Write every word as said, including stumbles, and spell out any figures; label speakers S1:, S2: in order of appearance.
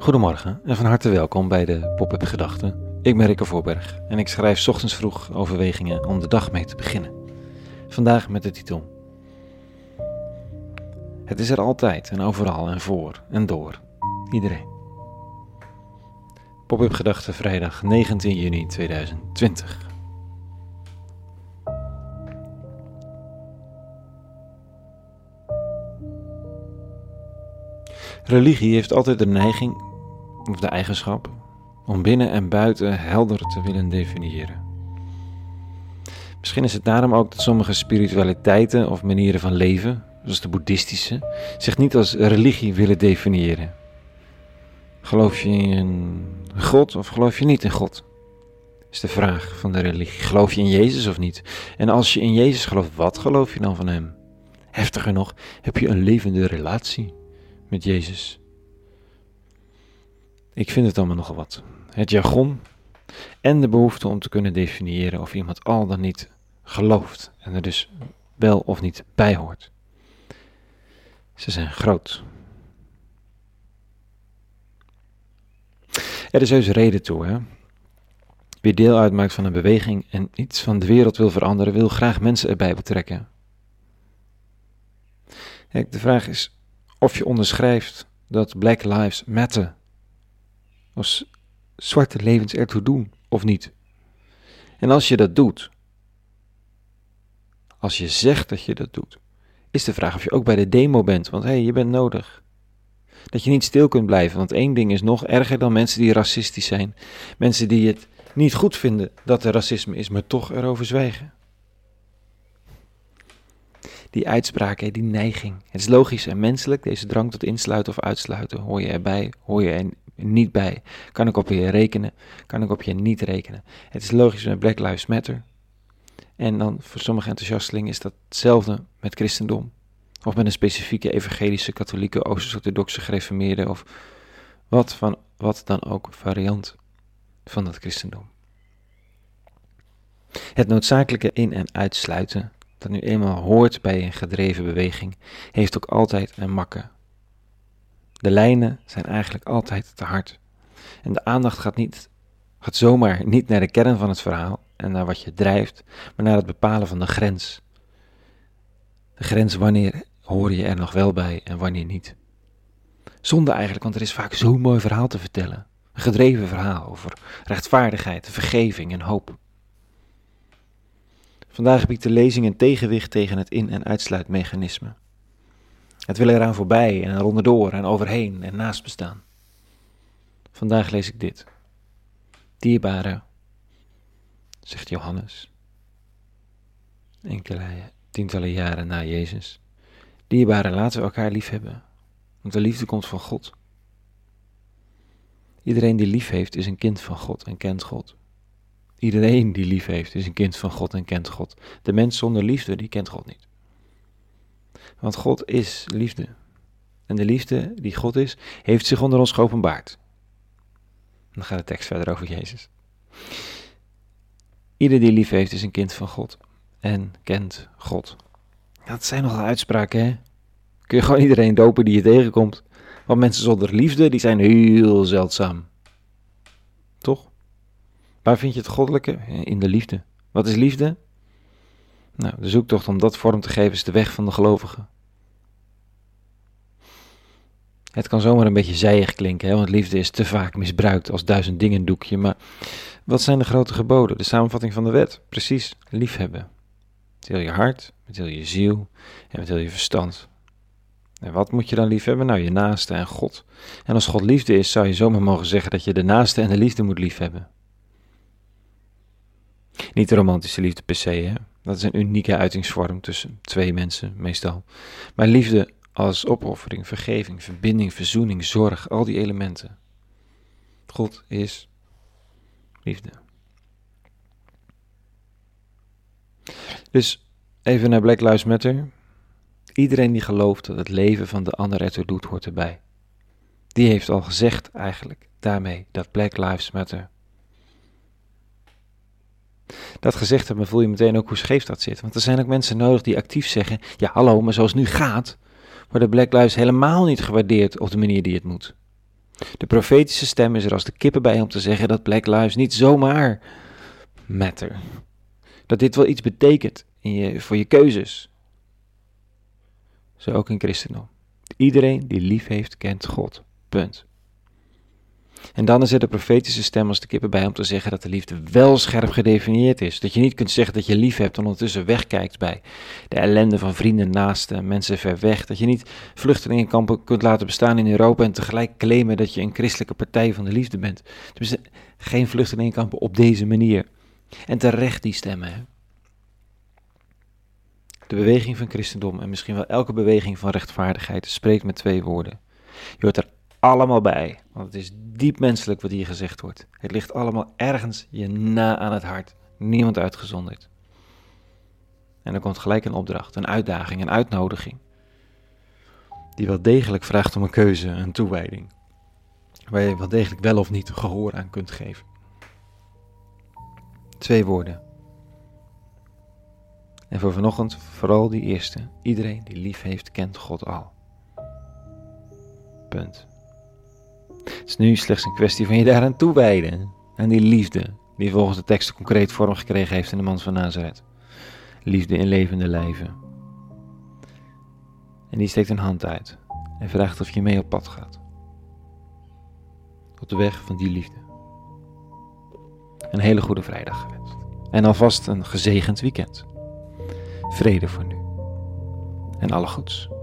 S1: Goedemorgen en van harte welkom bij de Pop-up Gedachten. Ik ben Rikke Voorberg en ik schrijf 's ochtends vroeg overwegingen om de dag mee te beginnen. Vandaag met de titel: Het is er altijd en overal en voor en door iedereen. Pop-up Gedachten, vrijdag negentien juni tweeduizend twintig. Religie heeft altijd de neiging, of de eigenschap, om binnen en buiten helder te willen definiëren. Misschien is het daarom ook dat sommige spiritualiteiten of manieren van leven, zoals de boeddhistische, zich niet als religie willen definiëren. Geloof je in God of geloof je niet in God? Is de vraag van de religie. Geloof je in Jezus of niet? En als je in Jezus gelooft, wat geloof je dan van hem? Heftiger nog, heb je een levende relatie met Jezus? Ik vind het allemaal nogal wat. Het jargon en de behoefte om te kunnen definiëren of iemand al dan niet gelooft en er dus wel of niet bij hoort. Ze zijn groot. Er is heus reden toe, hè? Wie deel uitmaakt van een beweging en iets van de wereld wil veranderen, wil graag mensen erbij betrekken. Kijk, de vraag is of je onderschrijft dat Black Lives Matter, of zwarte levens ertoe doen, of niet. En als je dat doet, als je zegt dat je dat doet, is de vraag of je ook bij de demo bent, want hé, hey, je bent nodig. Dat je niet stil kunt blijven, want één ding is nog erger dan mensen die racistisch zijn. Mensen die het niet goed vinden dat er racisme is, maar toch erover zwijgen. Die uitspraken, die neiging. Het is logisch en menselijk, deze drang tot insluiten of uitsluiten. Hoor je erbij, hoor je er niet bij. Kan ik op je rekenen, kan ik op je niet rekenen. Het is logisch met Black Lives Matter. En dan voor sommige enthousiastelingen is dat hetzelfde met christendom. Of met een specifieke evangelische, katholieke, Oosters-orthodoxe, gereformeerde of wat, van, wat dan ook variant van dat christendom. Het noodzakelijke in- en uitsluiten, dat nu eenmaal hoort bij een gedreven beweging, heeft ook altijd een makke. De lijnen zijn eigenlijk altijd te hard. En de aandacht gaat, niet, gaat zomaar niet naar de kern van het verhaal en naar wat je drijft, maar naar het bepalen van de grens. De grens wanneer hoor je er nog wel bij en wanneer niet. Zonde eigenlijk, want er is vaak zo'n mooi verhaal te vertellen. Een gedreven verhaal over rechtvaardigheid, vergeving en hoop. Vandaag biedt de lezing een tegenwicht tegen het in- en uitsluitmechanisme. Het wil eraan voorbij en rondendoor en overheen en naast bestaan. Vandaag lees ik dit. Dierbare, zegt Johannes, enkele tientallen jaren na Jezus. Dierbare, laten we elkaar lief hebben, want de liefde komt van God. Iedereen die lief heeft is een kind van God en kent God. Iedereen die lief heeft is een kind van God en kent God. De mens zonder liefde, die kent God niet. Want God is liefde. En de liefde die God is, heeft zich onder ons geopenbaard. Dan gaat de tekst verder over Jezus. Ieder die lief heeft is een kind van God en kent God. Dat zijn nogal uitspraken, hè? Kun je gewoon iedereen dopen die je tegenkomt. Want mensen zonder liefde, die zijn heel zeldzaam. Toch? Waar vind je het goddelijke? In de liefde. Wat is liefde? Nou, de zoektocht om dat vorm te geven is de weg van de gelovigen. Het kan zomaar een beetje zijig klinken, hè, want liefde is te vaak misbruikt als duizend dingen doekje. Maar wat zijn de grote geboden? De samenvatting van de wet. Precies, liefhebben. Met heel je hart, met heel je ziel en met heel je verstand. En wat moet je dan lief hebben? Nou, je naaste en God. En als God liefde is, zou je zomaar mogen zeggen dat je de naaste en de liefde moet liefhebben. Niet de romantische liefde per se, hè. Dat is een unieke uitingsvorm tussen twee mensen, meestal. Maar liefde als opoffering, vergeving, verbinding, verzoening, zorg, al die elementen. God is liefde. Dus even naar Black Lives Matter. Iedereen die gelooft dat het leven van de ander ertoe doet, hoort erbij. Die heeft al gezegd eigenlijk daarmee dat Black Lives Matter. Dat gezegd hebben, voel je meteen ook hoe scheef dat zit. Want er zijn ook mensen nodig die actief zeggen, ja hallo, maar zoals het nu gaat, worden Black Lives helemaal niet gewaardeerd op de manier die het moet. De profetische stem is er als de kippen bij om te zeggen dat Black Lives niet zomaar matter. Dat dit wel iets betekent in je, voor je keuzes. Zo ook in christendom. Iedereen die lief heeft, kent God. Punt. En dan is er de profetische stem als de kippen bij om te zeggen dat de liefde wel scherp gedefinieerd is. Dat je niet kunt zeggen dat je lief hebt en ondertussen wegkijkt bij de ellende van vrienden, naasten, mensen ver weg. Dat je niet vluchtelingenkampen kunt laten bestaan in Europa en tegelijk claimen dat je een christelijke partij van de liefde bent. Dus geen vluchtelingenkampen op deze manier. En terecht die stemmen. Hè? De beweging van christendom en misschien wel elke beweging van rechtvaardigheid spreekt met twee woorden. Je hoort er allemaal bij, want het is diep menselijk wat hier gezegd wordt. Het ligt allemaal ergens je na aan het hart, niemand uitgezonderd. En dan komt gelijk een opdracht, een uitdaging, een uitnodiging, die wel degelijk vraagt om een keuze, een toewijding, waar je wel degelijk wel of niet gehoor aan kunt geven. Twee woorden. En voor vanochtend vooral die eerste. Iedereen die lief heeft, kent God al. Punt. Het is nu slechts een kwestie van je daaraan toewijden. Aan die liefde, die volgens de tekst concreet vorm gekregen heeft in de man van Nazareth. Liefde in levende lijven. En die steekt een hand uit en vraagt of je mee op pad gaat. Op de weg van die liefde. Een hele goede vrijdag gewenst. En alvast een gezegend weekend. Vrede voor nu. En alle goeds.